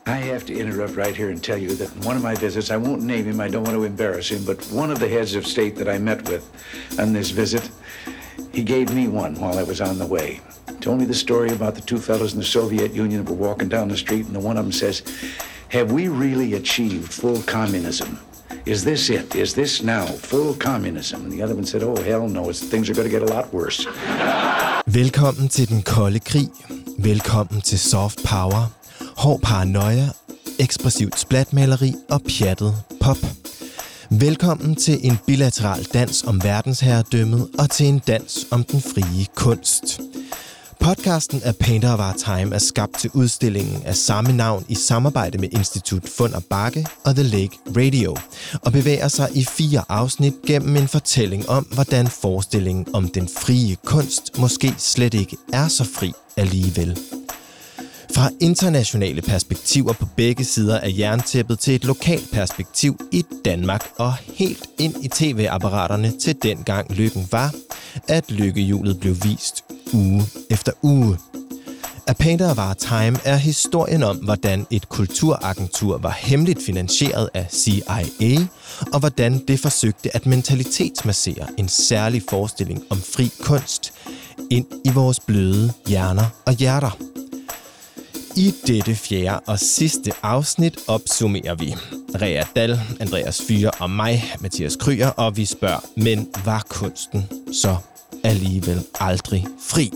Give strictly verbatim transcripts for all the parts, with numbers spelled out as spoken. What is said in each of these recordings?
I have to interrupt right here and tell you that in one of my visits, I won't name him, I don't want to embarrass him, but one of the heads of state that I met with on this visit, he gave me one while I was on the way. Told me the story about the two fellows in the Soviet Union that were walking down the street, and the one of them says, "Have we really achieved full communism? Is this it? Is this now full communism?" And the other one said, "Oh, hell no, it's, things are going to get a lot worse." Velkommen til den kolde krig. Velkommen til soft power. Hård paranoia, ekspressivt splatmaleri og pjattet pop. Velkommen til en bilateral dans om verdensherredømmet og til en dans om den frie kunst. Podcasten af Painter of Our Time er skabt til udstillingen af samme navn i samarbejde med Institut Fund og Bakke og The Lake Radio, og bevæger sig i fire afsnit gennem en fortælling om, hvordan forestillingen om den frie kunst måske slet ikke er så fri alligevel. Fra internationale perspektiver på begge sider af jerntæppet til et lokalt perspektiv i Danmark og helt ind i tv-apparaterne til dengang lykken var, at lykkehjulet blev vist uge efter uge. A Painter of Our Time er historien om, hvordan et kulturagentur var hemmeligt finansieret af C I A, og hvordan det forsøgte at mentalitetsmassere en særlig forestilling om fri kunst ind i vores bløde hjerner og hjerter. I dette fjerde og sidste afsnit opsummerer vi Rea Dahl, Andreas Fyre og mig, Mathias Kryer, og vi spørger, men var kunsten så alligevel aldrig fri?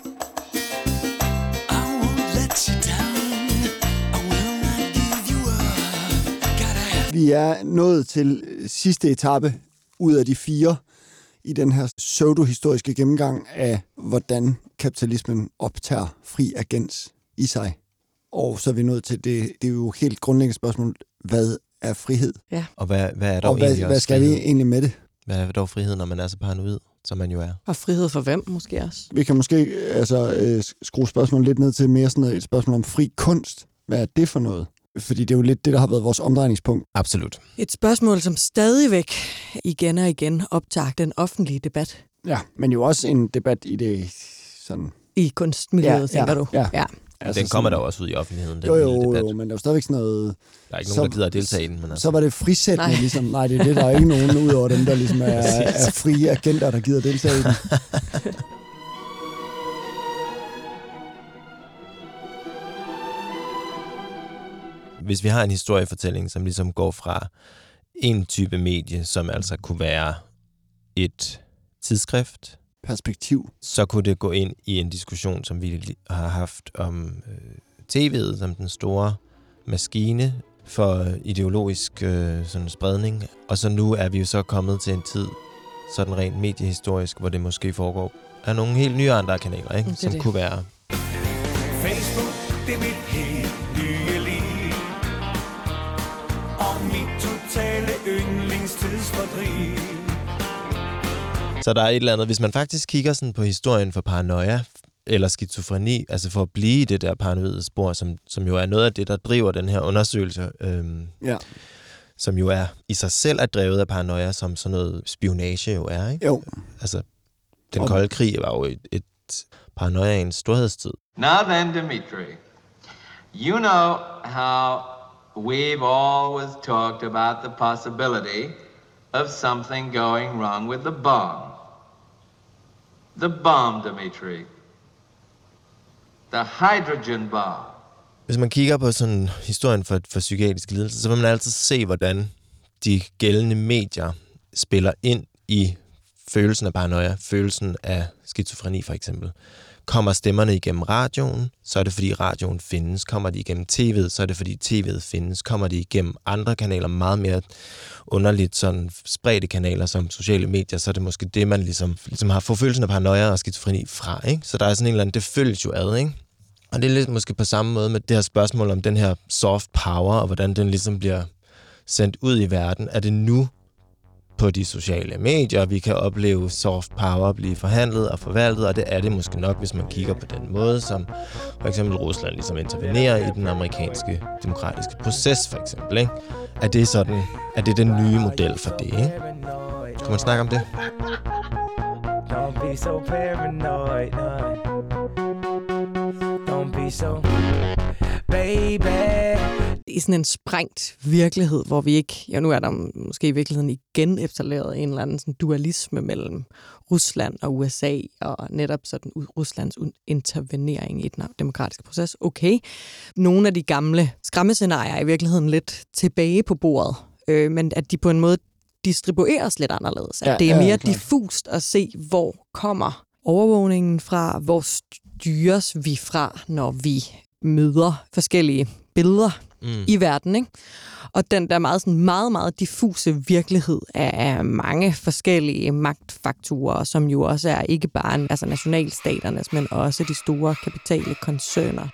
Vi er nået til sidste etape ud af de fire i den her pseudo-historiske gennemgang af, hvordan kapitalismen optager fri agens i sig. Og så er vi nået til det, det er jo helt grundlæggende spørgsmål, hvad er frihed? Ja. Og hvad, hvad er dog og hvad, egentlig hvad skal frihed? vi egentlig med det? Hvad er dog frihed, når man er så paranoid, som man jo er? Og frihed for hvem måske også? Vi kan måske altså, øh, skrue spørgsmålet lidt ned til mere sådan et spørgsmål om fri kunst. Hvad er det for noget? Fordi det er jo lidt det, der har været vores omdrejningspunkt. Absolut. Et spørgsmål, som stadigvæk igen og igen optager den offentlige debat. Ja, men jo også en debat i det sådan... I kunstmiljøet, ja, tænker ja, du? Ja. ja. Altså, den kommer sådan, der også ud i offentligheden, den jo, jo, debat. Jo, men der er jo stadigvæk sådan noget... Der er ikke nogen, så, der gider at deltage i den. Men altså. Så var det frisættende, nej. ligesom. Nej, det er det, der er ikke nogen ud over dem, der ligesom er, er frie agenter, der gider at deltage i den. Hvis vi har en historiefortælling, som ligesom går fra en type medie, som altså kunne være et tidsskrift, perspektiv, så kunne det gå ind i en diskussion, som vi har haft om øh, T V'et som den store maskine for ideologisk øh, sådan spredning. Og så nu er vi jo så kommet til en tid, sådan rent mediehistorisk, hvor det måske foregår af nogle helt nye andre kanaler, ikke? Som det. Kunne være... Facebook, det er mit helt nye liv. Og mit totale yndlingstidsfordriv. Så der er et eller andet, hvis man faktisk kigger sådan på historien for paranoia eller skizofreni, altså for at blive i det der paranoide spor, som, som jo er noget af det, der driver den her undersøgelse, øhm, ja. som jo er i sig selv er drevet af paranoia, som sådan noget spionage jo er, ikke? Jo. Altså, den kolde krig var jo et, et paranoia i en storhedstid. Now then, Dimitri, you know how we've always talked about the possibility of something going wrong with the bomb. The bomb, Dimitri. The hydrogen bomb. Hvis man kigger på sådan historien for, for psykiatrisk lidelse, så vil man altid se, hvordan de gældende medier spiller ind i følelsen af paranoia, følelsen af skizofreni for eksempel. Kommer stemmerne igennem radioen, så er det fordi radioen findes. Kommer de igennem T V'et, så er det fordi T V'et findes. Kommer de igennem andre kanaler, meget mere underligt sådan spredte kanaler som sociale medier, så er det måske det, man ligesom, ligesom har fået følelsen af paranoia og skizofreni fra, ikke? Så der er sådan en eller anden, det føles jo ad, ikke? Og det er lidt måske på samme måde med det her spørgsmål om den her soft power, og hvordan den ligesom bliver sendt ud i verden. Er det nu på de sociale medier, vi kan opleve soft power blive forhandlet og forvaltet, og det er det måske nok, hvis man kigger på den måde, som for eksempel Rusland ligesom intervenerer i den amerikanske demokratiske proces, for eksempel, ikke? Er det sådan, er det den nye model for det, ikke? Kan man snakke om det? Don't be so paranoid, no. Don't be so, baby. i sådan en sprængt virkelighed, hvor vi ikke, ja nu er der måske i virkeligheden igen efterlavet en eller anden sådan dualisme mellem Rusland og U S A, og netop sådan Ruslands intervenering i den demokratiske proces. Okay, nogle af de gamle skræmmescenarier er i virkeligheden lidt tilbage på bordet, øh, men at de på en måde distribueres lidt anderledes. At ja, det er mere ja, diffust at se, hvor kommer overvågningen fra, hvor styres vi fra, når vi møder forskellige billeder mm. i verden, ikke? Og den der meget, sådan meget, meget diffuse virkelighed af mange forskellige magtfaktorer, som jo også er ikke bare altså nationalstaternes, men også de store kapitale koncerner.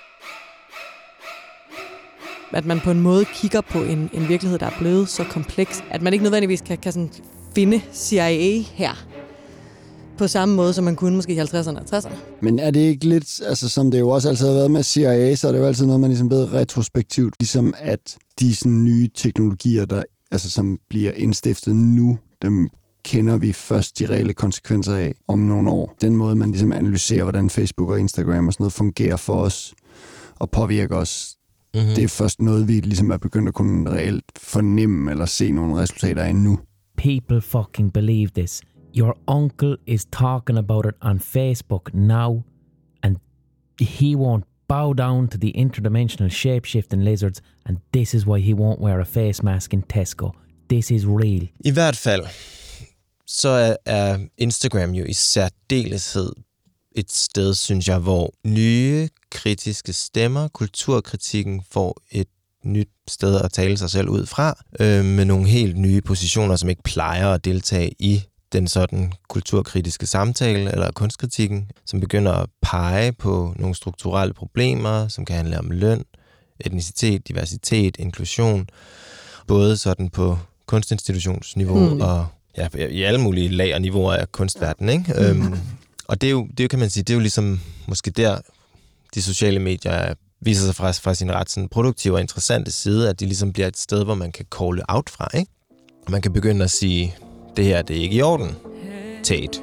At man på en måde kigger på en, en virkelighed, der er blevet så kompleks, at man ikke nødvendigvis kan, kan sådan finde C I A her på samme måde, som man kunne måske i halvtredserne og tresserne. Men er det ikke lidt, altså som det jo også altid har været med C I A, så er det jo altid noget, man ligesom ved retrospektivt, ligesom at de sådan nye teknologier, der, altså, som bliver indstiftet nu, dem kender vi først de reelle konsekvenser af om nogle år. Den måde, man ligesom analyserer, hvordan Facebook og Instagram og sådan noget fungerer for os og påvirker os, mm-hmm. det er først noget, vi ligesom er begyndt at kunne reelt fornemme eller se nogle resultater af nu. People fucking believe this. Your uncle is talking about it on Facebook now, and he won't bow down to the interdimensional shape-shifting lizards, and this is why he won't wear a face mask in Tesco. This is real. I hvert fald, så er, er Instagram jo i særdeleshed et sted, synes jeg, hvor nye kritiske stemmer, kulturkritikken får et nyt sted at tale sig selv ud fra, øh, med nogle helt nye positioner, som ikke plejer at deltage i den sådan kulturkritiske samtale eller kunstkritikken, som begynder at pege på nogle strukturelle problemer, som kan handle om løn, etnicitet, diversitet, inklusion, både sådan på kunstinstitutionsniveau mm. og ja, i alle mulige lag og niveauer af kunstverdenen, ikke? Mm. Øhm, og det er jo, det er jo, kan man sige, det er jo ligesom måske der, de sociale medier viser sig fra, fra sin ret sådan produktive og interessante side, at de ligesom bliver et sted, hvor man kan calle out fra, ikke? Man kan begynde at sige, det her, det er ikke i orden. Tate.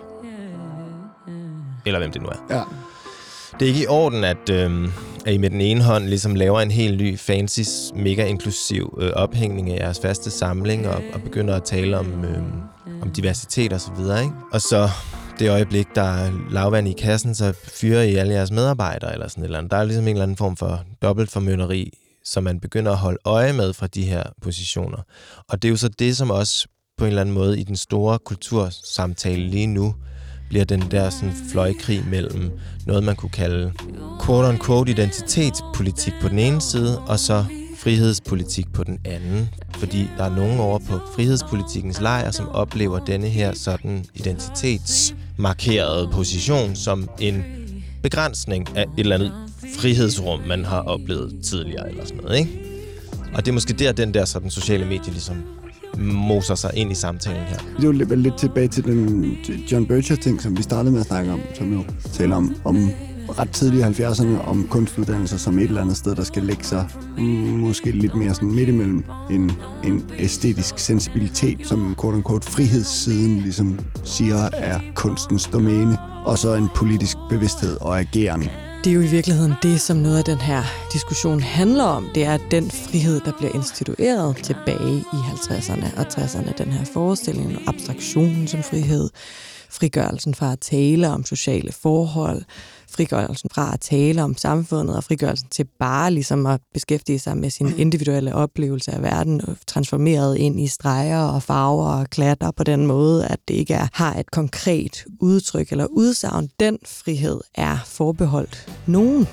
Eller hvem det nu er. Ja. Det er ikke i orden, at, øhm, at I med den ene hånd ligesom laver en helt ny, fancy, mega inklusiv øh, ophængning af jeres faste samling, og, og begynder at tale om, øhm, om diversitet og så videre, ikke? Og så det øjeblik, der er lavvand i kassen, så fyrer I alle jeres medarbejdere eller sådan et eller andet. Der er ligesom en eller anden form for dobbeltformynderi, som man begynder at holde øje med fra de her positioner. Og det er jo så det, som også på en eller anden måde i den store kultursamtale lige nu bliver den der sådan fløjkrig mellem noget, man kunne kalde quote-unquote identitetspolitik på den ene side, og så frihedspolitik på den anden. Fordi der er nogen over på frihedspolitikkens lejr, som oplever denne her sådan identitetsmarkerede position som en begrænsning af et eller andet frihedsrum, man har oplevet tidligere eller sådan noget, ikke? Og det er måske der, den der sådan sociale medier ligesom moser sig ind i samtalen her. Det er jo lidt, lidt tilbage til den John Bircher-ting, som vi startede med at snakke om, som jo taler om, om ret tidligt i halvfjerdserne, om kunstuddannelser som et eller andet sted, der skal lægge sig mm, måske lidt mere sådan midt imellem en, en æstetisk sensibilitet, som quote-unquote frihedssiden ligesom siger er kunstens domæne, og så en politisk bevidsthed og ageren. Det er jo i virkeligheden det, som noget af den her diskussion handler om. Det er den frihed, der bliver institueret tilbage i halvtredserne og tresserne. Den her forestilling om abstraktionen som frihed, frigørelsen fra at tale om sociale forhold, frigørelsen fra at tale om samfundet og frigørelsen til bare ligesom at beskæftige sig med sin individuelle oplevelse af verden, transformeret ind i streger og farver og klatter på den måde, at det ikke er, har et konkret udtryk eller udsagn. Den frihed er forbeholdt nogen.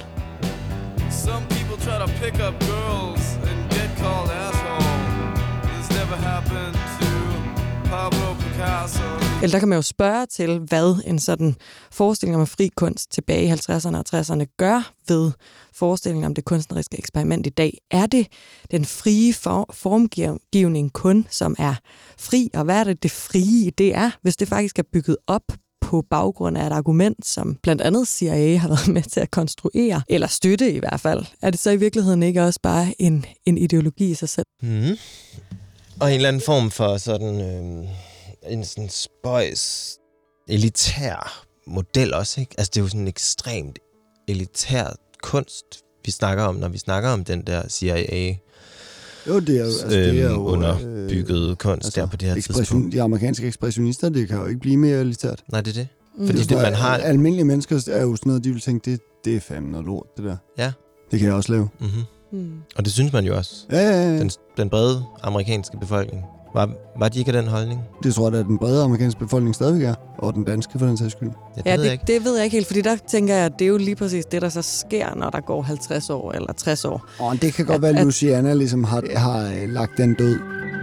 Some people try to pick up girls and get called asshole. This never happened to Pablo Picasso. Eller der kan man jo spørge til, hvad en sådan forestilling om fri kunst tilbage i halvtredserne og tresserne gør ved forestillingen om det kunstneriske eksperiment i dag. Er det den frie for- formgivning kun, som er fri? Og hvad er det, det frie i det er, hvis det faktisk er bygget op på baggrund af et argument, som blandt andet C I A har været med til at konstruere, eller støtte i hvert fald? Er det så i virkeligheden ikke også bare en, en ideologi i sig selv? Mm. Og en eller anden form for sådan... Øh en sådan spøjs, elitær model også, ikke? Altså, det er jo sådan en ekstremt elitær kunst, vi vi snakker om, når vi snakker om den der C I A Jo, det er jo, altså, det er jo underbygget øh, kunst altså, der på det her tidspunkt. De amerikanske ekspressionister, det kan jo ikke blive mere elitært. Nej, det er det. Mm. Fordi det, man har... Almindelige mennesker er jo sådan noget, de vil tænke, det, det er fandme noget lort, det der. Ja. Det kan jeg også lave. Mm-hmm. Mm. Og det synes man jo også. Ja, ja, ja. Den, den brede amerikanske befolkning. Var, var de ikke af den holdning? Det tror jeg, at den brede amerikanske befolkning stadigvæk er. Og den danske, for den sags skyld. Ja, det, ja, ved det, jeg ikke. det ved jeg ikke helt, fordi der tænker jeg, at det er jo lige præcis det, der så sker, når der går halvtreds år eller tres år. Og det kan godt at, være, at Louisiana ligesom har, har lagt den død.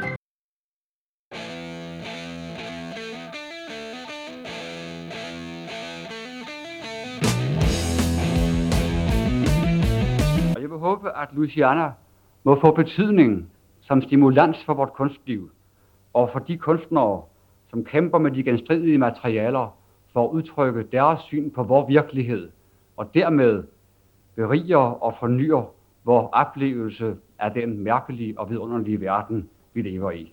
Jeg vil håbe, at Louisiana må få betydning som stimulans for vort kunstliv, og for de kunstnere, som kæmper med de genstridige materialer for at udtrykke deres syn på vor virkelighed, og dermed beriger og fornyer vor oplevelse af den mærkelige og vidunderlige verden, vi lever i.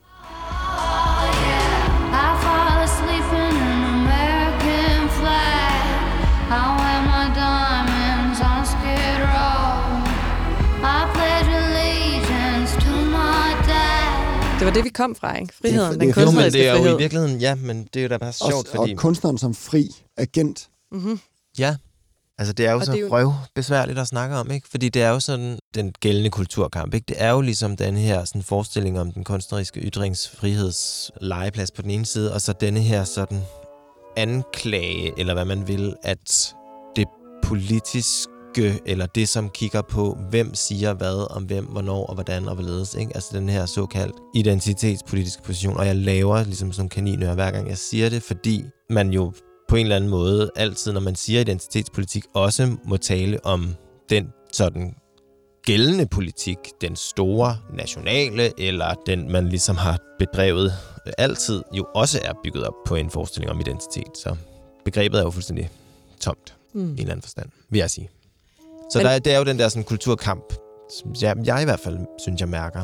Det var det, vi kom fra, ikke? Friheden, det, den det, kunstneriske det er frihed. jo i virkeligheden, ja, men det er jo da bare sjovt, og, fordi... Og kunstneren som fri agent. Mm-hmm. Ja, altså det er jo og så jo... røvbesværligt at snakke om, ikke? Fordi det er jo sådan den gældende kulturkamp, ikke? Det er jo ligesom den her sådan forestilling om den kunstneriske ytringsfriheds legeplads på den ene side, og så denne her sådan anklage, eller hvad man vil, at det politiske, eller det, som kigger på, hvem siger hvad om hvem, hvornår og hvordan og hvorledes, ikke? Altså den her såkaldt identitetspolitiske position, og jeg laver ligesom sådan nogle kaninører hver gang jeg siger det, fordi man jo på en eller anden måde altid, når man siger identitetspolitik, også må tale om den sådan gældende politik, den store nationale, eller den, man ligesom har bedrevet altid, jo også er bygget op på en forestilling om identitet. Så begrebet er jo fuldstændig tomt mm. i en eller anden forstand, vil jeg sige. Så Men... der, det er jo den der sådan kulturkamp, som jeg, jeg i hvert fald synes, jeg mærker.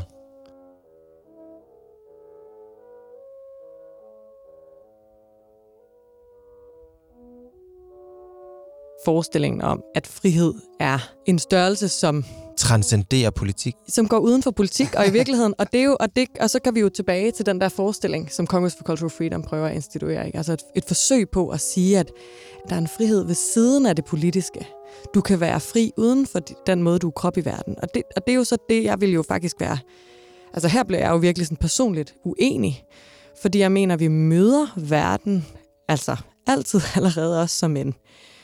Forestillingen om, at frihed er en størrelse, som transcenderer politik. Som går uden for politik, og i virkeligheden, og det er jo, og, det, og så kan vi jo tilbage til den der forestilling, som Congress for Cultural Freedom prøver at instituere. Ikke? Altså et, et forsøg på at sige, at der er en frihed ved siden af det politiske. Du kan være fri uden for den måde, du er krop i verden. Og det, og det er jo så det, jeg vil jo faktisk være. Altså her bliver jeg jo virkelig sådan personligt uenig, fordi jeg mener, at vi møder verden, altså altid allerede også som en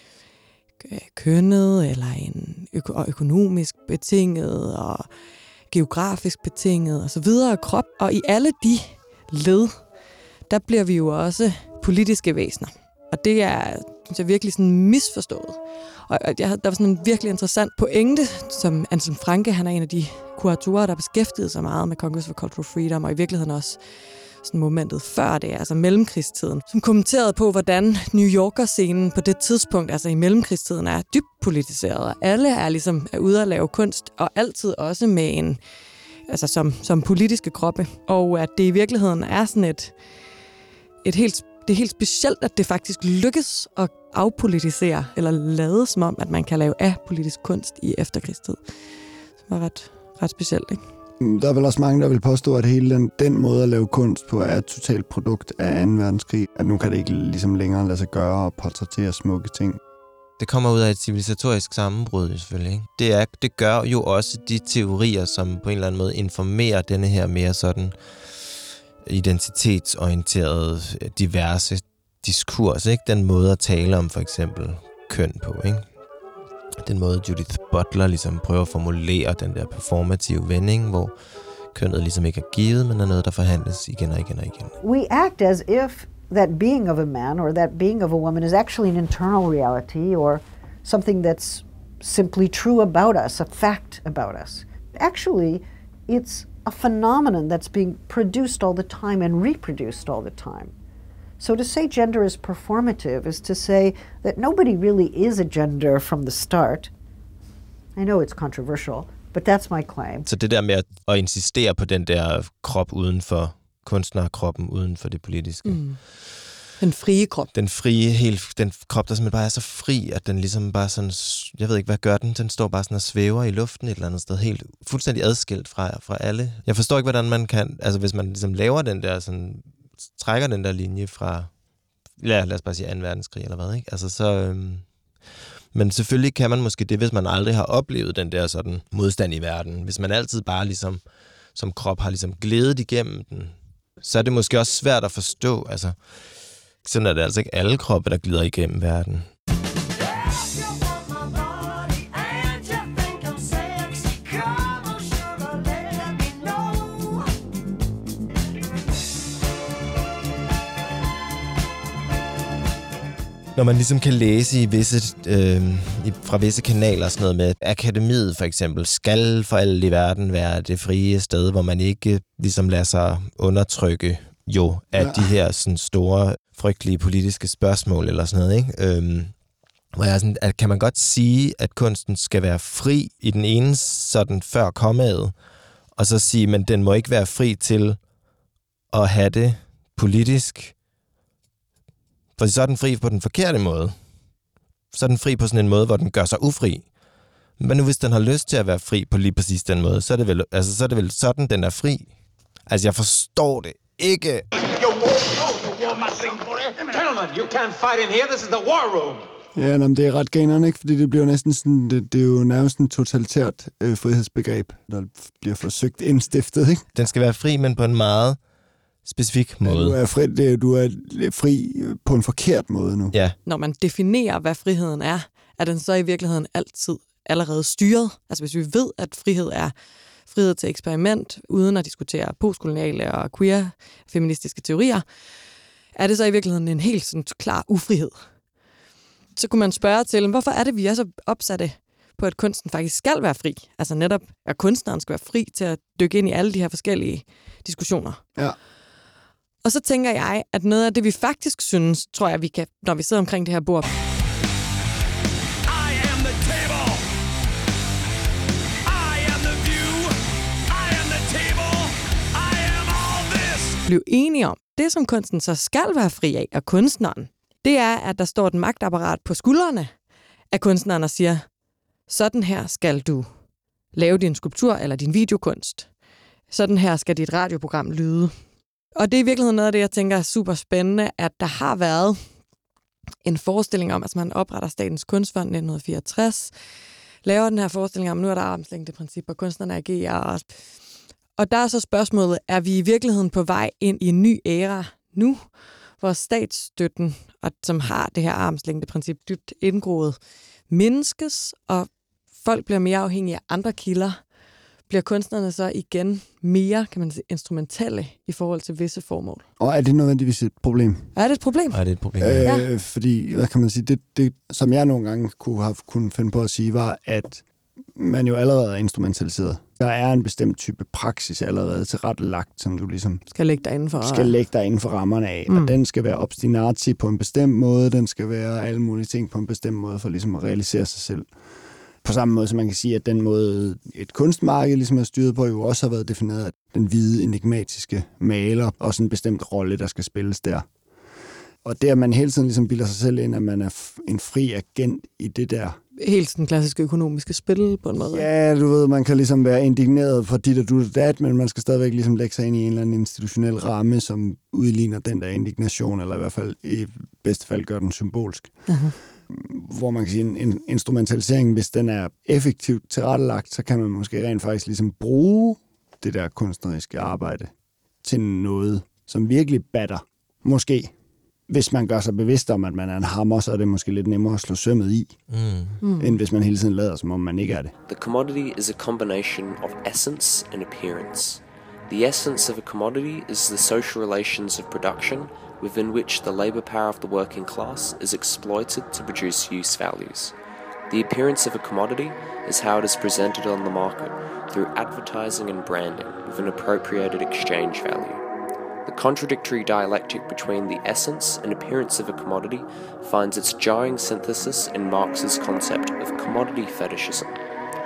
kønnet, eller en øko- økonomisk betinget, og geografisk betinget, og så videre krop. Og i alle de led, der bliver vi jo også politiske væsener. Og det er, synes jeg, virkelig sådan misforstået. Og jeg, der var sådan en virkelig interessant pointe, som Anselm Franke, han er en af de kuratorer, der beskæftigede sig meget med Congress for Cultural Freedom, og i virkeligheden også sådan momentet før det, altså mellemkrigstiden, som kommenterede på, hvordan New Yorker-scenen på det tidspunkt, altså i mellemkrigstiden, er dybt politiseret, og alle er ligesom er ude at lave kunst, og altid også med en, altså som, som politiske kroppe, og at det i virkeligheden er sådan et, et helt, det er helt specielt, at det faktisk lykkes at afpolitisere, eller lade som om, at man kan lave apolitisk kunst i efterkrigstid. Det var ret, ret specielt, ikke? Der er vel også mange, der vil påstå, at hele den, den måde at lave kunst på er et totalt produkt af anden verdenskrig. At nu kan det ikke ligesom længere lade sig gøre og portrættere smukke ting. Det kommer ud af et civilisatorisk sammenbrud, selvfølgelig. Ikke? Det, er, det gør jo også de teorier, som på en eller anden måde informerer denne her mere sådan identitetsorienterede, diverse diskurs. Ikke? Den måde at tale om for eksempel køn på, ikke? Den måde Judith Butler ligesom prøver at formulere den der performative vending, hvor kønnet ligesom ikke er givet, men er noget, der forhandles igen og igen og igen. We act as if that being of a man or that being of a woman is actually an internal reality or something that's simply true about us, a fact about us. Actually, it's a phenomenon that's being produced all the time and reproduced all the time. So to say gender is performative is to say that nobody really is a gender from the start. I know it's controversial, but that's my claim. Så det der med at insistere på den der krop uden for kunstnerkroppen, uden for det politiske. Mm. Den frie krop. Den frie, helt, den krop, der simpelthen bare er så fri, at den ligesom bare sådan, jeg ved ikke, hvad gør den? Den står bare sådan og svæver i luften et eller andet sted, helt fuldstændig adskilt fra, fra alle. Jeg forstår ikke, hvordan man kan, altså hvis man ligesom laver den der, sådan, trækker den der linje fra, ja, lad os bare sige anden verdenskrig eller hvad, ikke? Altså så, øhm, men selvfølgelig kan man måske det, hvis man aldrig har oplevet den der sådan modstand i verden. Hvis man altid bare ligesom, som krop har ligesom glædet igennem den, så er det måske også svært at forstå, altså. Sådan er det altså ikke alle kroppe, der glider igennem verden. Når man ligesom kan læse i visse, øh, fra visse kanaler sådan noget med, at akademiet for eksempel skal for alle i verden være det frie sted, hvor man ikke ligesom lader sig undertrykke jo af ja. de her sådan store, frygtelige politiske spørgsmål eller sådan noget, ikke? Øhm, hvor jeg sådan, at kan man godt sige, at kunsten skal være fri i den ene sådan før kommaet, og så sige, men den må ikke være fri til at have det politisk, for så er den fri på den forkerte måde. Så er den fri på sådan en måde, hvor den gør sig ufri. Men nu hvis den har lyst til at være fri på lige præcis den måde, så er det vel, altså, så er det vel sådan, den er fri. Altså, jeg forstår det ikke. Gentlemen, you can't fight in here. This is the war room. Ja, men det er ret gænerne, ikke? Fordi det bliver næsten sådan, det, det er jo nærmest en totalitært øh, frihedsbegreb, der bliver forsøgt indstiftet, ikke? Den skal være fri, men på en meget specifik måde. Ja, du er fri, det, du er fri på en forkert måde nu. Ja. Når man definerer, hvad friheden er, er den så i virkeligheden altid allerede styret. Altså hvis vi ved, at frihed er frihed til eksperiment, uden at diskutere postkoloniale og queer feministiske teorier, er det så i virkeligheden en helt sådan klar ufrihed. Så kunne man spørge til, hvorfor er det, vi er så opsatte på, at kunsten faktisk skal være fri? Altså netop, at kunstneren skal være fri til at dykke ind i alle de her forskellige diskussioner. Ja. Og så tænker jeg, at noget af det, vi faktisk synes, tror jeg, vi kan, når vi sidder omkring det her bord, blive enige om, det som kunsten så skal være fri af, og kunstneren, det er, at der står et magtapparat på skuldrene af kunstneren og siger, sådan her skal du lave din skulptur eller din videokunst. Sådan her skal dit radioprogram lyde. Og det er i virkeligheden noget af det, jeg tænker er super spændende, at der har været en forestilling om, at man opretter Statens Kunstfond nitten fireogtres, laver den her forestilling om, nu er der armslængdeprincip, og kunstnerne agerer. Og, og der er så spørgsmålet, er vi i virkeligheden på vej ind i en ny æra nu, hvor statsstøtten, og som har det her armslængdeprincip dybt indgroet, mindskes, og folk bliver mere afhængige af andre kilder, bliver kunstnerne så igen mere, kan man sige, instrumentelle i forhold til visse formål. Og er det nødvendigvis et problem? Er det et problem? Er det et problem? Øh, ja. Fordi, hvad kan man sige, det, det, som jeg nogle gange kunne have kunnet finde på at sige, var, at man jo allerede er instrumentaliseret. Der er en bestemt type praksis allerede tilrettelagt, som du ligesom skal lægge dig inden for, skal lægge dig inden for rammerne af. Mm. Og den skal være obstinati på en bestemt måde, den skal være alle mulige ting på en bestemt måde, for ligesom at realisere sig selv. På samme måde, som man kan sige, at den måde, et kunstmarked ligesom er styret på, jo også har været defineret af den hvide, enigmatiske maler, og sådan en bestemt rolle, der skal spilles der. Og det, at man hele tiden ligesom bilder sig selv ind, at man er en fri agent i det der. Helt sådan klassiske økonomiske spil, på en måde. Ja, du ved, man kan ligesom være indigneret for dit og du og dat, men man skal stadigvæk ligesom lægge sig ind i en eller anden institutionel ramme, som udligner den der indignation, eller i hvert fald i bedste fald gør den symbolsk. Uh-huh. Hvor man kan sige, en, en instrumentalisering, hvis den er effektivt tilrettelagt, så kan man måske rent faktisk ligesom bruge det der kunstneriske arbejde til noget, som virkelig batter. Måske. Hvis man gør sig bevidst om, at man er en hammer, så er det måske lidt nemmere at slå sømmet i, mm. Mm. end hvis man hele tiden lader, som om man ikke er det. The commodity is a combination of essence and appearance. The essence of a commodity is the social relations of production within which the labor power of the working class is exploited to produce use values. The appearance of a commodity is how it is presented on the market through advertising and branding with an appropriated exchange value. The contradictory dialectic between the essence and appearance of a commodity finds its jarring synthesis in Marx's concept of commodity fetishism.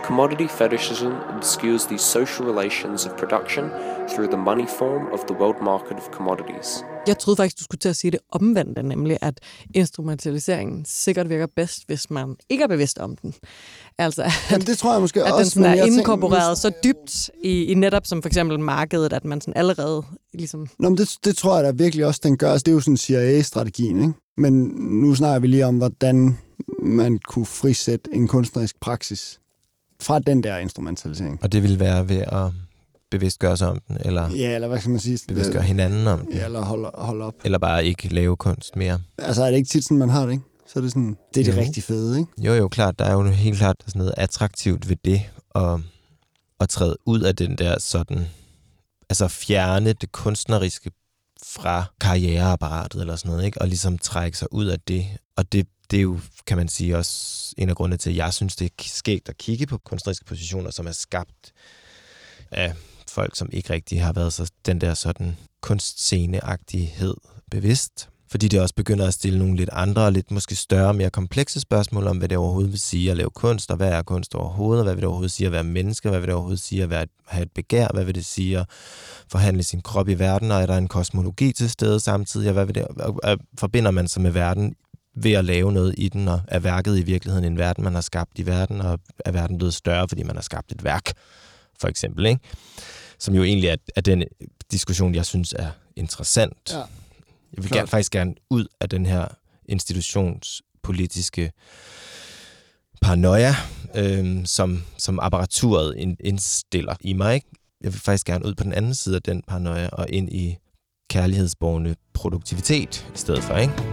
Commodity fetishism obscures the social relations of production through the money form of the world market of commodities. Jeg troede faktisk, du skulle til at sige det omvendte, nemlig at instrumentaliseringen sikkert virker bedst, hvis man ikke er bevidst om den. Altså, at, Jamen, det tror jeg måske at også, den sådan men er jeg inkorporeret tænker, så dybt i, i netop som for eksempel markedet, at man sådan allerede ligesom... Nå, men det, det tror jeg da virkelig også, den gør. Altså, det er jo sådan C I A-strategien, ikke? Men nu snakker vi lige om, hvordan man kunne frisætte en kunstnerisk praksis fra den der instrumentalisering. Og det ville være ved at bevidstgøre sig om den, eller, Ja, eller hvad skal man sige? bevidstgøre hinanden om den, Ja, eller holde, holde op. eller bare ikke lave kunst mere. Altså, er det ikke tit sådan, man har det, ikke? Så er det sådan, det er det Jo. rigtig fede, ikke? Jo, jo, klart. Der er jo helt klart sådan noget attraktivt ved det, at, at træde ud af den der sådan, altså fjerne det kunstneriske fra karriereapparatet eller sådan noget, ikke? Og ligesom trække sig ud af det. Og det, det er jo, kan man sige, også en af grundene til, at jeg synes, det er skægt at kigge på kunstneriske positioner, som er skabt af folk, som ikke rigtig har været så den der sådan kunstsceneagtighed bevidst. Fordi det også begynder at stille nogle lidt andre og lidt måske større, mere komplekse spørgsmål om, hvad det overhovedet vil sige at lave kunst, og hvad er kunst overhovedet, og hvad vil det overhovedet sige at være menneske, hvad vil det overhovedet sige at være, have et begær, hvad vil det sige at forhandle sin krop i verden, og er der en kosmologi til stede samtidig, og hvad vil det, og, og forbinder man sig med verden ved at lave noget i den, og er værket i virkeligheden en verden, man har skabt i verden, og er verden blevet større, fordi man har skabt et værk, for eksempel, ikke? Som jo egentlig er, er den diskussion, jeg synes er interessant. Ja. Jeg vil gerne, faktisk gerne ud af den her institutionspolitiske paranoia, øh, som, som apparaturet ind, indstiller i mig. Ikke? Jeg vil faktisk gerne ud på den anden side af den paranoia og ind i kærlighedsborgende produktivitet i stedet for, ikke?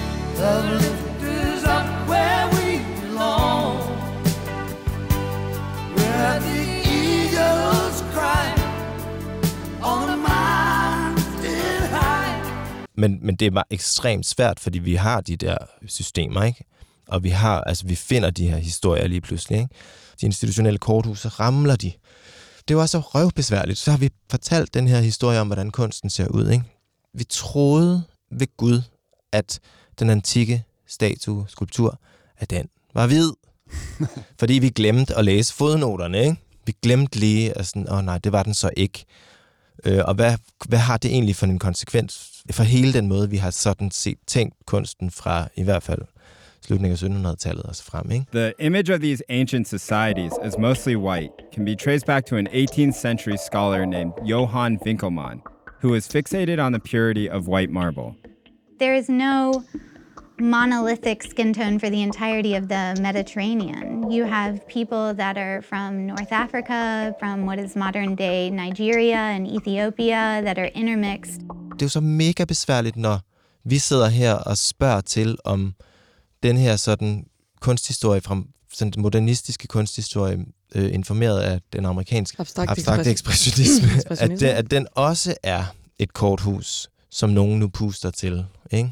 Men, men det er bare ekstremt svært, fordi vi har de der systemer, ikke? Og vi har, altså vi finder de her historier lige pludselig, ikke? De institutionelle korthus, så ramler de. Det var så røvbesværligt. Så har vi fortalt den her historie om, hvordan kunsten ser ud, ikke? Vi troede ved Gud, at den antikke statue, skulptur, at den var hvid. Fordi vi glemte at læse fodnoterne, ikke? Vi glemte lige, at sådan, åh nej, det var den så ikke. Øh, og hvad, hvad har det egentlig for en konsekvens for hele den måde, vi har sådan set tænkt kunsten fra i hvert fald slutningen af syttenhundredetallet og så frem, ikke? The image of these ancient societies as mostly white can be traced back to an eighteenth century scholar named Johann Winkelmann, who was fixated on the purity of white marble. There is no monolithic skin tone for the entirety of the Mediterranean. You have people that are from North Africa, from what is modern day Nigeria and Ethiopia, that are intermixed. Det er jo så mega besværligt, når vi sidder her og spørger til, om den her sådan kunsthistorie, fra sådan den modernistiske kunsthistorie, øh, informeret af den amerikanske Abstrakt abstrakte ekspressionisme, at, den, at den også er et korthus, som nogen nu puster til, ikke?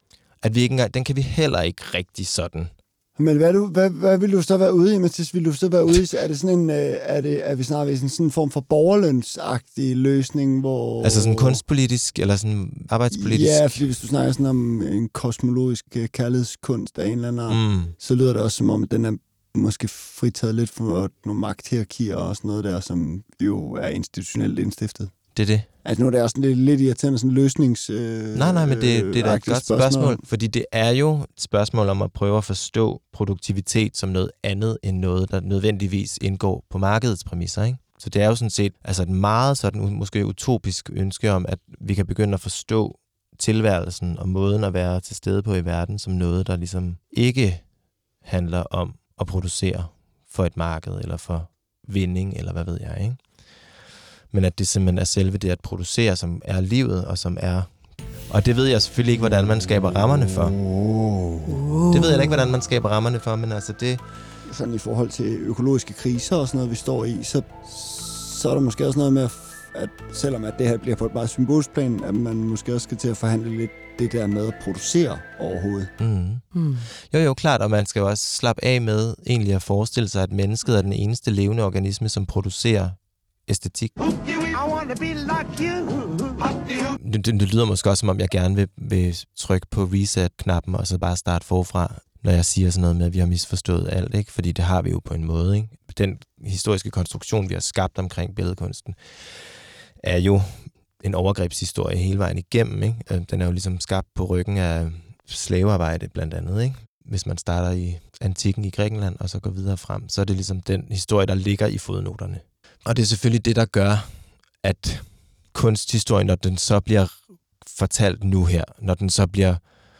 At vi ikke engang, den kan vi heller ikke rigtig sådan. Men hvad, du, hvad, hvad vil du så være ude i, Mathias? Vil du så være ude i, er det sådan en, er, det, er vi snart ved sådan, sådan en form for borgerlønsagtig løsning, hvor... Altså sådan kunstpolitisk, eller sådan arbejdspolitisk? Ja, fordi hvis du snakker sådan om en kosmologisk kærlighedskunst af en eller anden art, mm. så lyder det også som om, at den er måske fritaget lidt for nogle magthierarkier og sådan noget der, som jo er institutionelt indstiftet. Det er det. Altså nu er det også lidt, lidt irriterende sådan en løsnings... Øh, nej, nej, men det, det er da et godt spørgsmål, spørgsmål, fordi det er jo et spørgsmål om at prøve at forstå produktivitet som noget andet end noget, der nødvendigvis indgår på markedets præmisser, ikke? Så det er jo sådan set altså et meget sådan måske utopisk ønske om, at vi kan begynde at forstå tilværelsen og måden at være til stede på i verden som noget, der ligesom ikke handler om at producere for et marked eller for vinding, eller hvad ved jeg, ikke? Men at det simpelthen er selve det at producere, som er livet, og som er... Og det ved jeg selvfølgelig ikke, hvordan man skaber rammerne for. Oh. Det ved jeg da ikke, hvordan man skaber rammerne for, men altså det... Sådan i forhold til økologiske kriser og sådan noget, vi står i, så, så er der måske også noget med, at selvom at det her bliver på et meget symbolsk plan, at man måske også skal til at forhandle lidt det der med at producere overhovedet. Mm. Mm. Jo, jo, klart, og man skal jo også slappe af med egentlig at forestille sig, at mennesket er den eneste levende organisme, som producerer æstetik. Det, det, det lyder måske også, som om jeg gerne vil, vil trykke på reset-knappen og så bare starte forfra, når jeg siger sådan noget med, at vi har misforstået alt, ikke? Fordi det har vi jo på en måde, ikke? den historiske konstruktion, vi har skabt omkring billedkunsten, er jo en overgrebshistorie hele vejen igennem. Ikke? Den er jo ligesom skabt på ryggen af slavearbejde blandt andet. Ikke? Hvis man starter i antikken i Grækenland og så går videre frem, så er det ligesom den historie, der ligger i fodnoterne. Og det er selvfølgelig det, der gør, at kunsthistorien, når den så bliver fortalt nu her, når den så bliver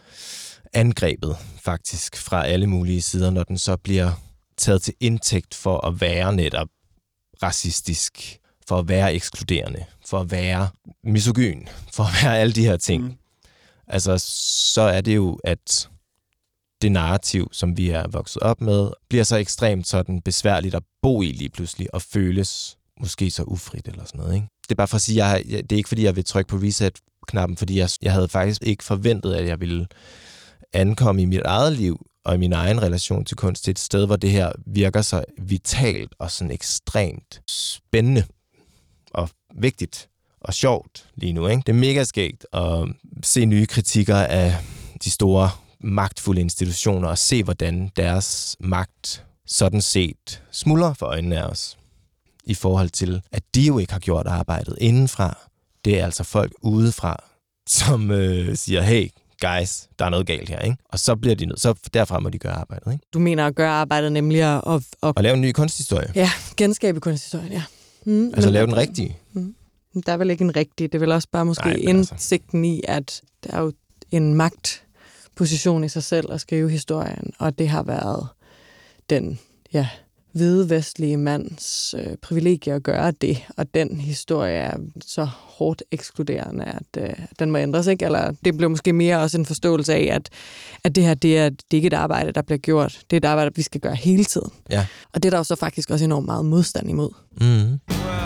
angrebet faktisk fra alle mulige sider, når den så bliver taget til indtægt for at være netop racistisk, for at være ekskluderende, for at være misogyn, for at være alle de her ting. Mm. Altså, så er det jo, at det narrativ, som vi er vokset op med, bliver så ekstremt sådan besværligt at bo i lige pludselig, og føles måske så ufrit eller sådan noget. Ikke? Det er bare for at sige, jeg, det er ikke fordi, jeg vil trykke på reset-knappen, fordi jeg, jeg havde faktisk ikke forventet, at jeg ville ankomme i mit eget liv og i min egen relation til kunst til et sted, hvor det her virker så vitalt og sådan ekstremt spændende og vigtigt og sjovt lige nu. Ikke? Det er mega skægt at se nye kritikker af de store magtfulde institutioner og se, hvordan deres magt sådan set smuldrer for øjnene af os i forhold til, at de jo ikke har gjort arbejdet indenfra. Det er altså folk udefra, som øh, siger, hey, guys, der er noget galt her, ikke? Og så bliver de nødt, så derfra må de gøre arbejdet, ikke? Du mener at gøre arbejdet nemlig at... at, at og lave en ny kunsthistorie. Ja, genskabe kunsthistorien, ja. Mm, altså lave den rigtige. Mm, der er vel ikke en rigtig, det er vel også bare måske Nej, indsigten i, at der er jo en magtposition i sig selv at skrive historien, og det har været den, ja, hvide vestlige mands øh, privilegie at gøre det, og den historie er så hårdt ekskluderende, at øh, den må ændres, ikke? Eller det blev måske mere også en forståelse af, at, at det her, det er, det er ikke et arbejde, der bliver gjort. Det er et arbejde, vi skal gøre hele tiden. Ja. Og det er der jo så faktisk også enormt meget modstand imod. Mm.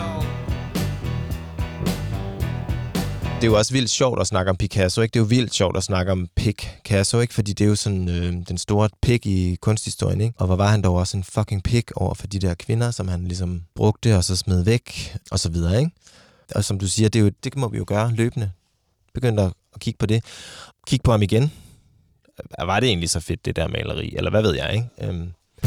Det er jo også vildt sjovt at snakke om Picasso, ikke? Det er jo vildt sjovt at snakke om Picasso, ikke? Fordi det er jo sådan øh, den store pik i kunsthistorien, ikke? Og hvor var han dog også en fucking pik over for de der kvinder, som han ligesom brugte og så smed væk, og så videre, ikke? Og som du siger, det, er jo, det må vi jo gøre løbende. Begynd at, at kigge på det. Kig på ham igen. Var det egentlig så fedt, det der maleri? Eller hvad ved jeg, ikke? Um...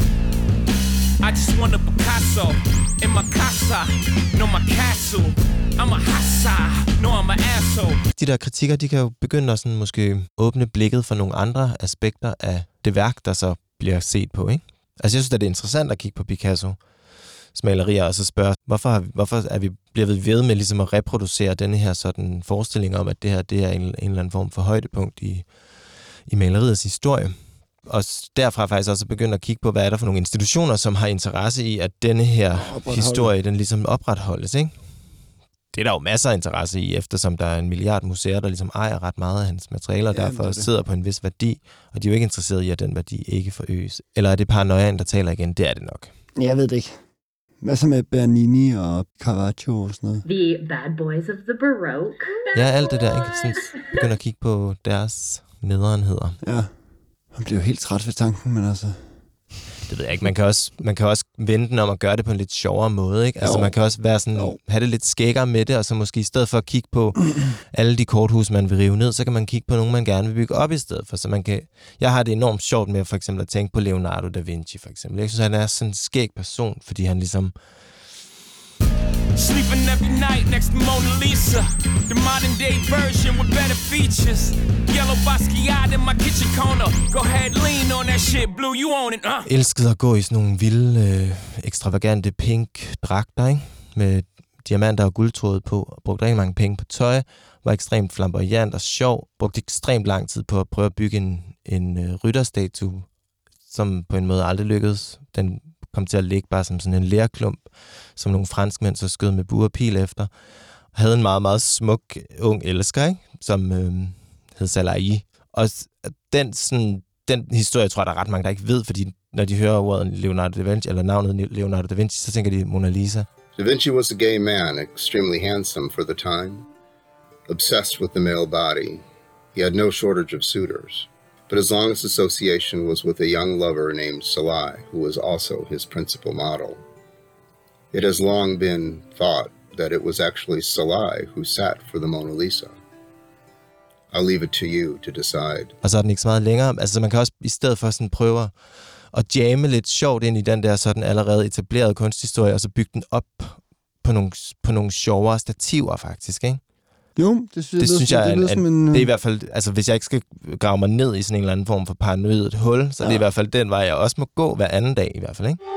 I just want a Picasso in my casa, no my castle. I'm a hassa, no I'm an asshole. De der kritikker, de kan jo begynde at sådan måske åbne blikket for nogle andre aspekter af det værk, der så bliver set på, ikke? Altså jeg synes, at det er interessant at kigge på Picasso malerier og så spørge, hvorfor, hvorfor er vi blevet ved med ligesom at reproducere denne her sådan forestilling om, at det her det er en, en eller anden form for højdepunkt i, i maleriets historie. Og derfra faktisk også begynde at kigge på, hvad er der for nogle institutioner, som har interesse i, at denne her historie, den ligesom opretholdes, ikke? Det er der jo masser af interesse i, eftersom der er en milliard museer, der ligesom ejer ret meget af hans materialer, og ja, derfor det det. sidder på en vis værdi, og de er jo ikke interesseret i, at den værdi ikke forøges. Eller er det paranoiaen, der taler igen? Det er det nok. Jeg ved det ikke. Hvad så med Bernini og Caravaggio og sådan noget? The bad boys of the Baroque. Ja, alt det der, ikke? Sådan, begynder at kigge på deres nederenheder. Ja. Man bliver jo helt træt ved tanken, men altså... Det ved jeg ikke. Man kan også, man kan også vende den om at gøre det på en lidt sjovere måde, ikke? Altså, jo. Man kan også være sådan, jo. have det lidt skækkere med det, og så måske i stedet for at kigge på alle de korthus, man vil rive ned, så kan man kigge på nogle, man gerne vil bygge op i stedet for. Så man kan... Jeg har det enormt sjovt med for eksempel at tænke på Leonardo da Vinci, for eksempel. Jeg synes, han er sådan en skæg person, fordi han ligesom... Sleeping every night next to Mona Lisa, the modern day version with better features. Yellow Basquiat in my kitchen corner. Go ahead, lean on that shit, Blue, you own it, huh? Elskede at gå i sådan nogle vilde, øh, ekstravagante pink dragter, ikke? Med diamanter og guldtråd på. Brugte rigtig mange penge på tøj. Var ekstremt flamboyant og sjov. Brugte ekstremt lang tid på at prøve at bygge en, en øh, rytterstatue, som på en måde aldrig lykkedes. Den kom til at ligge bare som sådan en lerklump, som nogle franskmænd så skød med bue og pil efter. Havde en meget, meget smuk ung elsker, ikke? Som øh, hed Salahi. Og den, sådan, den historie, tror jeg, der er ret mange, der ikke ved, fordi når de hører ordet Leonardo da Vinci, eller navnet Leonardo da Vinci, så tænker de Mona Lisa. Da Vinci was a gay man, extremely handsome for the time, obsessed with the male body. He had no shortage of suitors. But his longest association was with a young lover named Salai, who was also his principal model. It has long been thought that it was actually Salai who sat for the Mona Lisa. I'll leave it to you to decide. Og så er den ikke så meget længere. Altså man kan også i stedet for sådan prøve at jamme lidt sjovt ind i den der sådan allerede etablerede kunsthistorie, og så bygge den op på nogle, på nogle sjovere stativer, faktisk, ikke? Jo, det synes, det synes jeg, det, er, en, en, en, det er i hvert fald, altså hvis jeg ikke skal grave mig ned i sådan en eller anden form for paranoid hul, så ja. Det er i hvert fald den vej, jeg også må gå hver anden dag i hvert fald, ikke?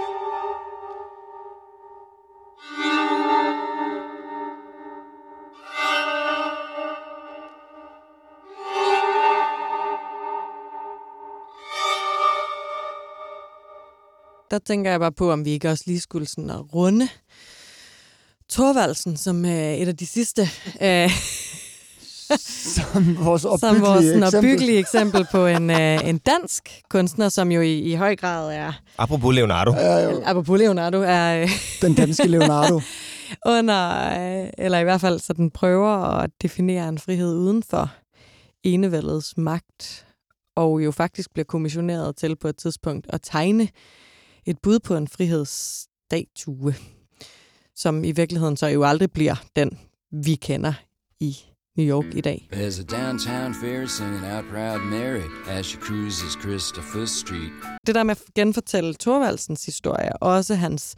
Der tænker jeg bare på, om vi ikke også lige skulle sådan at runde Thorvaldsen som øh, et af de sidste... Øh, som vores opbyggelige som vores eksempel. opbyggelige eksempel på en, øh, en dansk kunstner, som jo i, i høj grad er... Apropos Leonardo. Øh, apropos Leonardo er... Øh, Den danske Leonardo. under, øh, eller i hvert fald sådan prøver at definere en frihed uden for enevældets magt, og jo faktisk bliver kommissioneret til på et tidspunkt at tegne et bud på en frihedsstatue, som i virkeligheden så jo aldrig bliver den, vi kender i New York i dag. There's a downtown fair singing out Proud Mary as she cruises Christopher Street. Det der med at genfortælle Thorvaldsens historie, også hans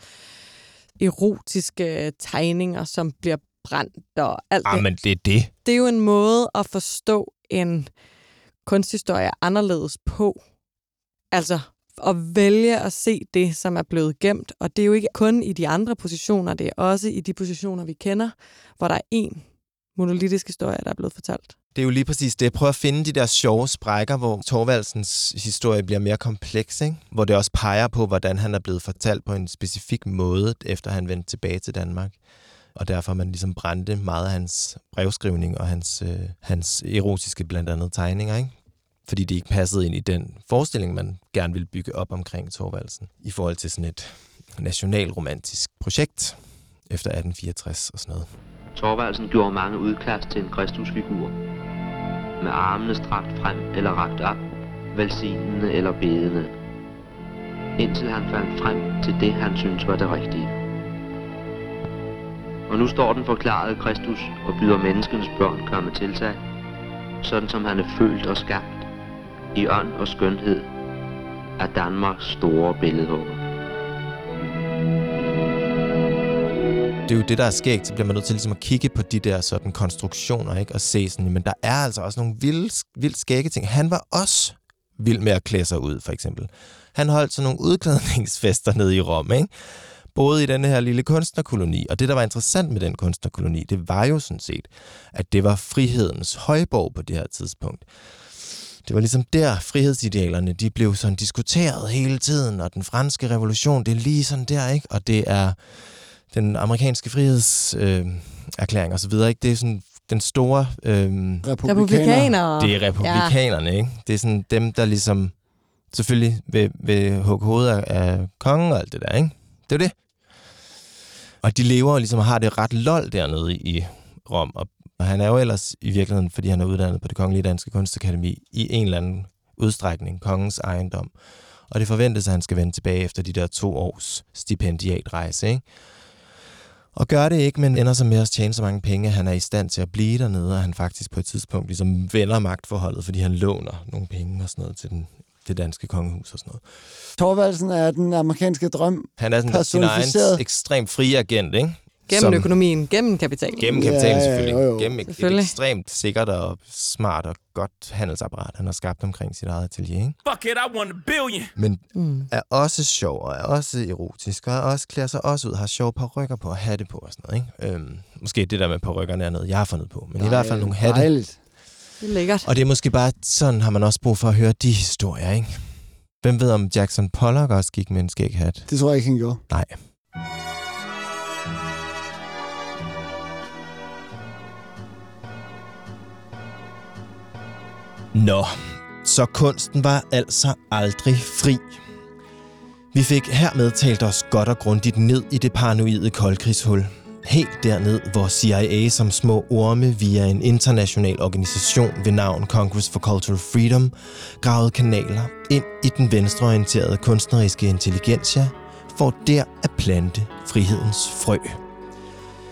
erotiske tegninger, som bliver brændt og alt ah, det. Men det er det. Det er jo en måde at forstå en kunsthistorie anderledes på. Altså at vælge at se det, som er blevet gemt. Og det er jo ikke kun i de andre positioner, det er også i de positioner, vi kender, hvor der er en monolitisk historie, der er blevet fortalt. Det er jo lige præcis det. Prøv at finde de der sjove sprækker, hvor Thorvaldsens historie bliver mere kompleks, ikke? Hvor det også peger på, hvordan han er blevet fortalt på en specifik måde, efter han vendte tilbage til Danmark. Og derfor man ligesom brændte meget af hans brevskrivning og hans, øh, hans erotiske blandt andet tegninger, ikke? Fordi det ikke passede ind i den forestilling, man gerne ville bygge op omkring Thorvaldsen i forhold til sådan et nationalromantisk projekt efter atten fireogtres og sådan noget. Thorvaldsen gjorde mange udkast til en kristusfigur, med armene strakt frem eller rakt op, velsignende eller bedende, indtil han fandt frem til det, han syntes var det rigtige. Og nu står den forklarede Kristus og byder menneskens børn komme til sig, sådan som han er født og skabt, i ånd og skønhed, af Danmarks store billedhugger. Det er jo det, der er skægt, så bliver man nødt til ligesom at kigge på de der sådan konstruktioner, ikke? Og se sådan, men der er altså også nogle vildt, vildt skægge ting. Han var også vild med at klæde sig ud, for eksempel. Han holdt sådan nogle udklædningsfester nede i Rom, ikke? Boede i den her lille kunstnerkoloni, og det, der var interessant med den kunstnerkoloni, det var jo sådan set, at det var frihedens højborg på det her tidspunkt. Det var ligesom der, frihedsidealerne, de blev sådan diskuteret hele tiden, og den franske revolution, det er lige sådan der, ikke? Og det er den amerikanske frihedserklæring øh, og så videre, ikke? Det er sådan den store... Øh, Republikanere. Det er republikanerne, ja. Ikke? Det er sådan dem, der ligesom selvfølgelig vil, vil hugge hovedet af, af kongen og alt det der, ikke? Det er det. Og de lever ligesom og har det ret lol dernede i Rom, og Og han er jo ellers i virkeligheden, fordi han er uddannet på Det Kongelige Danske Kunstakademi, i en eller anden udstrækning kongens ejendom. Og det forventes, at han skal vende tilbage efter de der to års stipendiatrejse, ikke? Og gør det ikke, men ender så med at tjene så mange penge, at han er i stand til at blive dernede, og han faktisk på et tidspunkt ligesom vender magtforholdet, fordi han låner nogle penge og sådan noget til den, det danske kongehus og sådan noget. Thorvaldsen er den amerikanske drøm. Han er sådan sin egen ekstremt frie agent, ikke? Gennem som, økonomien, gennem kapitalen. Gennem kapitalen, ja, selvfølgelig. Jo, jo. Gennem et, selvfølgelig. et ekstremt sikkert og smart og godt handelsapparat, han har skabt omkring sit eget atelier, ikke? Fuck it, I want a billion. Men mm. er også sjov, og er også erotisk, og er også, klæder sig også ud, har sjove parrykker på og hatte på og sådan noget, ikke? Øhm, måske det der med parrykkerne er noget, jeg har fundet på, men Ej, i hvert fald nogle hatte. Dejligt. Det er lækkert. Og det er måske bare sådan, har man også brug for at høre de historier, ikke? Hvem ved, om Jackson Pollock også gik med en skæghat? Det tror jeg ikke, han gjorde. Nej. Nå, så kunsten var altså aldrig fri. Vi fik hermed talt os godt og grundigt ned i det paranoide koldkrigshul. Helt derned, hvor C I A som små orme via en international organisation ved navn Congress for Cultural Freedom gravede kanaler ind i den venstreorienterede kunstneriske intelligensia for der at plante frihedens frø.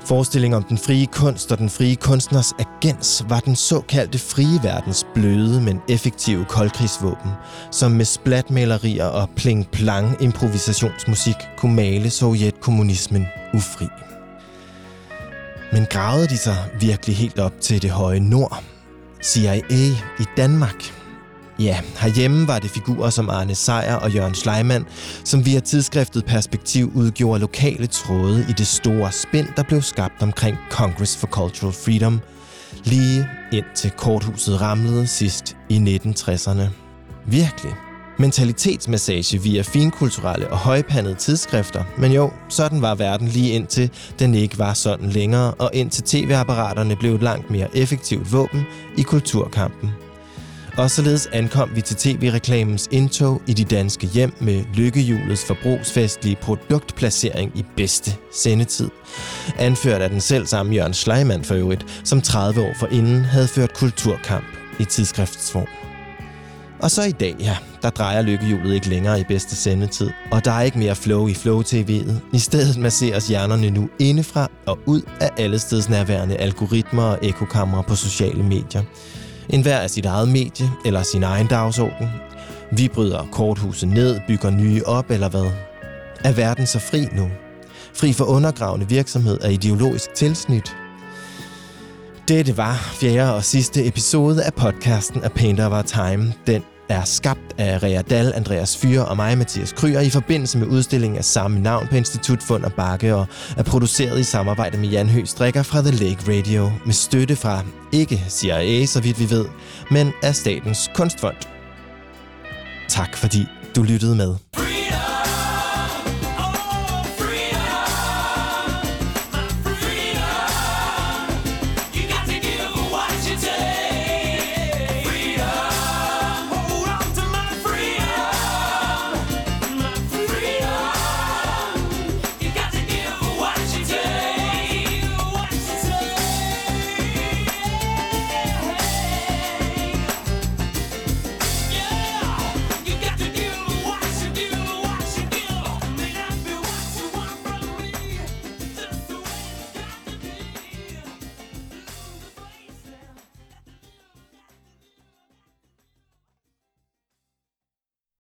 Forestilling om den frie kunst og den frie kunstners agens var den såkaldte frie verdens bløde, men effektive koldkrigsvåben, som med splatmalerier og pling-plang improvisationsmusik kunne male sovjetkommunismen ufri. Men gravede de sig virkelig helt op til det høje nord? C I A i Danmark? Ja, herhjemme var det figurer som Arne Sejer og Jørgen Schleimann, som via tidsskriftet Perspektiv udgjorde lokale tråde i det store spind, der blev skabt omkring Congress for Cultural Freedom, lige indtil korthuset ramlede sidst i nitten tresserne. Virkelig. Mentalitetsmassage via finkulturelle og højpandede tidsskrifter, men jo, sådan var verden lige indtil den ikke var sådan længere, og indtil tv-apparaterne blev et langt mere effektivt våben i kulturkampen. Og således ankom vi til tv-reklamens indtog i de danske hjem med lykkehjulets forbrugsfestlige produktplacering i bedste sendetid. Anført af den selvsamme Jørgen Schleimann for øvrigt, som tredive år forinden havde ført kulturkamp i tidsskriftsform. Og så i dag, ja, der drejer lykkehjulet ikke længere i bedste sendetid, og der er ikke mere flow i Flow-tv'et. I stedet masseres hjernerne nu indefra og ud af allestedsnærværende algoritmer og ekokamre på sociale medier. En hver af sit eget medie eller sin egen dagsorden. Vi bryder korthuset ned, bygger nye op eller hvad? Er verden så fri nu? Fri for undergravende virksomhed af ideologisk tilsnit? Dette var fjerde og sidste episode af podcasten A Painter of Our Time. Den er skabt af Rea Dahl, Andreas Fyre og mig, Mathias Kryer, i forbindelse med udstillingen af samme navn på Institut Fund og Bakke, og er produceret i samarbejde med Jan Høgh Strikker fra The Lake Radio, med støtte fra ikke C I A, så vidt vi ved, men af Statens Kunstfond. Tak fordi du lyttede med.